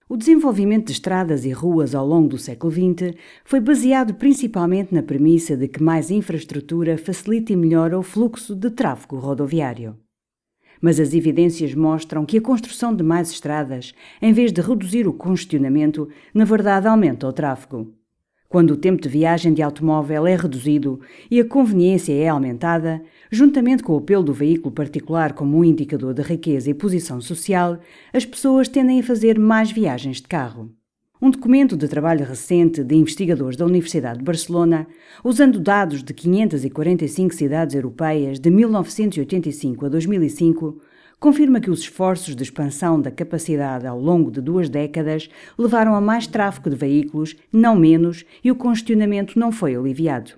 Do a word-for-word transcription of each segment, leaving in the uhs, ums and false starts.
O desenvolvimento de estradas e ruas ao longo do século vinte foi baseado principalmente na premissa de que mais infraestrutura facilita e melhora o fluxo de tráfego rodoviário. Mas as evidências mostram que a construção de mais estradas, em vez de reduzir o congestionamento, na verdade aumenta o tráfego. Quando o tempo de viagem de automóvel é reduzido e a conveniência é aumentada, juntamente com o apelo do veículo particular como um indicador de riqueza e posição social, as pessoas tendem a fazer mais viagens de carro. Um documento de trabalho recente de investigadores da Universidade de Barcelona, usando dados de quinhentas e quarenta e cinco cidades europeias de mil novecentos e oitenta e cinco a dois mil e cinco, confirma que os esforços de expansão da capacidade ao longo de duas décadas levaram a mais tráfego de veículos, não menos, e o congestionamento não foi aliviado.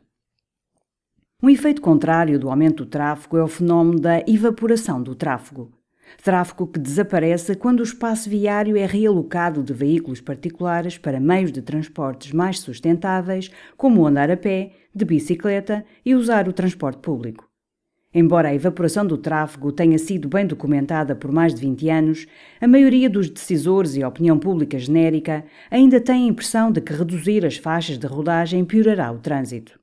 Um efeito contrário do aumento do tráfego é o fenómeno da evaporação do tráfego. Tráfego que desaparece quando o espaço viário é realocado de veículos particulares para meios de transportes mais sustentáveis, como andar a pé, de bicicleta e usar o transporte público. Embora a evaporação do tráfego tenha sido bem documentada por mais de vinte anos, a maioria dos decisores e a opinião pública genérica ainda tem a impressão de que reduzir as faixas de rodagem piorará o trânsito.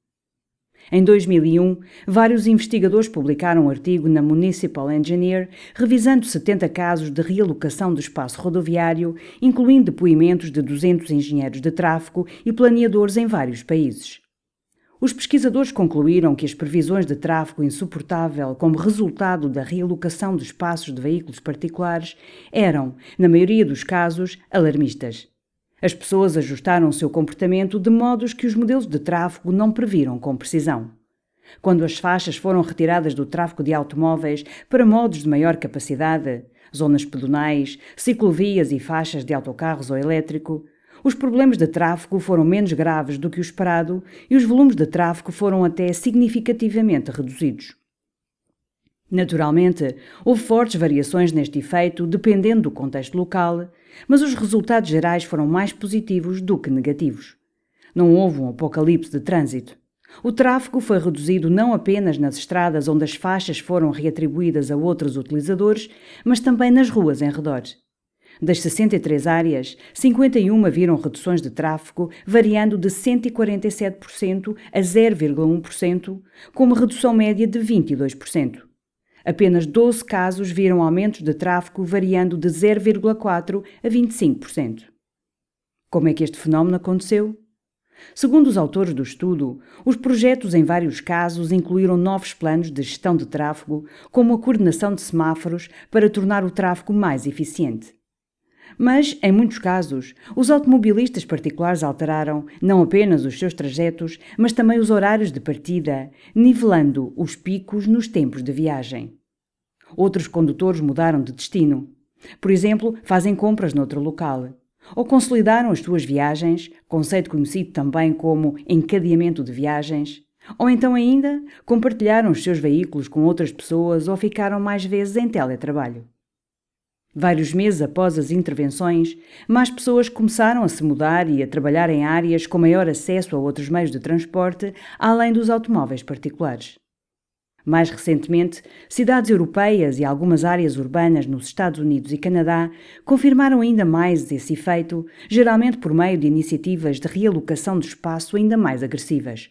Em dois mil e um, vários investigadores publicaram um artigo na Municipal Engineer revisando setenta casos de realocação do espaço rodoviário, incluindo depoimentos de duzentos engenheiros de tráfego e planeadores em vários países. Os pesquisadores concluíram que as previsões de tráfego insuportável como resultado da realocação de espaços de veículos particulares eram, na maioria dos casos, alarmistas. As pessoas ajustaram o seu comportamento de modos que os modelos de tráfego não previram com precisão. Quando as faixas foram retiradas do tráfego de automóveis para modos de maior capacidade, zonas pedonais, ciclovias e faixas de autocarros ou elétrico, os problemas de tráfego foram menos graves do que o esperado e os volumes de tráfego foram até significativamente reduzidos. Naturalmente, houve fortes variações neste efeito dependendo do contexto local, mas os resultados gerais foram mais positivos do que negativos. Não houve um apocalipse de trânsito. O tráfego foi reduzido não apenas nas estradas onde as faixas foram reatribuídas a outros utilizadores, mas também nas ruas em redor. Das sessenta e três áreas, cinquenta e uma viram reduções de tráfego variando de cento e quarenta e sete por cento a zero vírgula um por cento, com uma redução média de vinte e dois por cento. Apenas doze casos viram aumentos de tráfego variando de zero vírgula quatro por cento a vinte e cinco por cento. Como é que este fenómeno aconteceu? Segundo os autores do estudo, os projetos em vários casos incluíram novos planos de gestão de tráfego, como a coordenação de semáforos para tornar o tráfego mais eficiente. Mas, em muitos casos, os automobilistas particulares alteraram não apenas os seus trajetos, mas também os horários de partida, nivelando os picos nos tempos de viagem. Outros condutores mudaram de destino. Por exemplo, fazem compras noutro local. Ou consolidaram as suas viagens, conceito conhecido também como encadeamento de viagens. Ou então ainda, compartilharam os seus veículos com outras pessoas ou ficaram mais vezes em teletrabalho. Vários meses após as intervenções, mais pessoas começaram a se mudar e a trabalhar em áreas com maior acesso a outros meios de transporte, além dos automóveis particulares. Mais recentemente, cidades europeias e algumas áreas urbanas nos Estados Unidos e Canadá confirmaram ainda mais esse efeito, geralmente por meio de iniciativas de realocação de espaço ainda mais agressivas.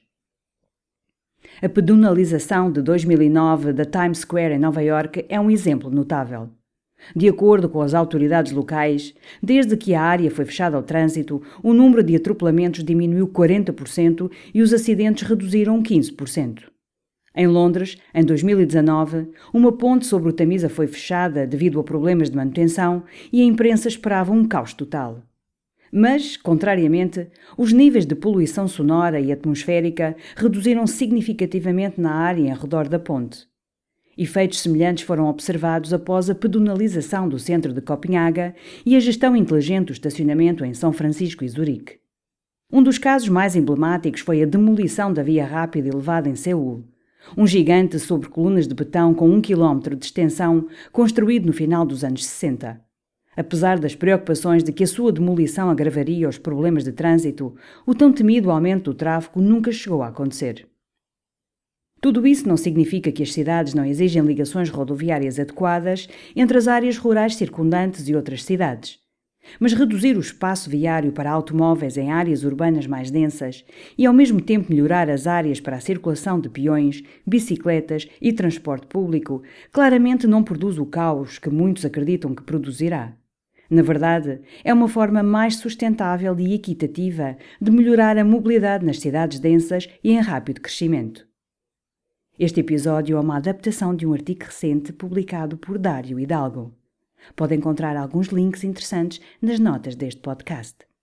A pedonalização de dois mil e nove da Times Square em Nova Iorque é um exemplo notável. De acordo com as autoridades locais, desde que a área foi fechada ao trânsito, o número de atropelamentos diminuiu quarenta por cento e os acidentes reduziram quinze por cento. Em Londres, em dois mil e dezanove, uma ponte sobre o Tamisa foi fechada devido a problemas de manutenção e a imprensa esperava um caos total. Mas, contrariamente, os níveis de poluição sonora e atmosférica reduziram significativamente na área em redor da ponte. Efeitos semelhantes foram observados após a pedonalização do centro de Copenhaga e a gestão inteligente do estacionamento em São Francisco e Zurique. Um dos casos mais emblemáticos foi a demolição da via rápida elevada em Seul, um gigante sobre colunas de betão com um quilómetro de extensão, construído no final dos anos sessenta. Apesar das preocupações de que a sua demolição agravaria os problemas de trânsito, o tão temido aumento do tráfego nunca chegou a acontecer. Tudo isso não significa que as cidades não exigem ligações rodoviárias adequadas entre as áreas rurais circundantes e outras cidades. Mas reduzir o espaço viário para automóveis em áreas urbanas mais densas e ao mesmo tempo melhorar as áreas para a circulação de peões, bicicletas e transporte público claramente não produz o caos que muitos acreditam que produzirá. Na verdade, é uma forma mais sustentável e equitativa de melhorar a mobilidade nas cidades densas e em rápido crescimento. Este episódio é uma adaptação de um artigo recente publicado por Dário Hidalgo. Pode encontrar alguns links interessantes nas notas deste podcast.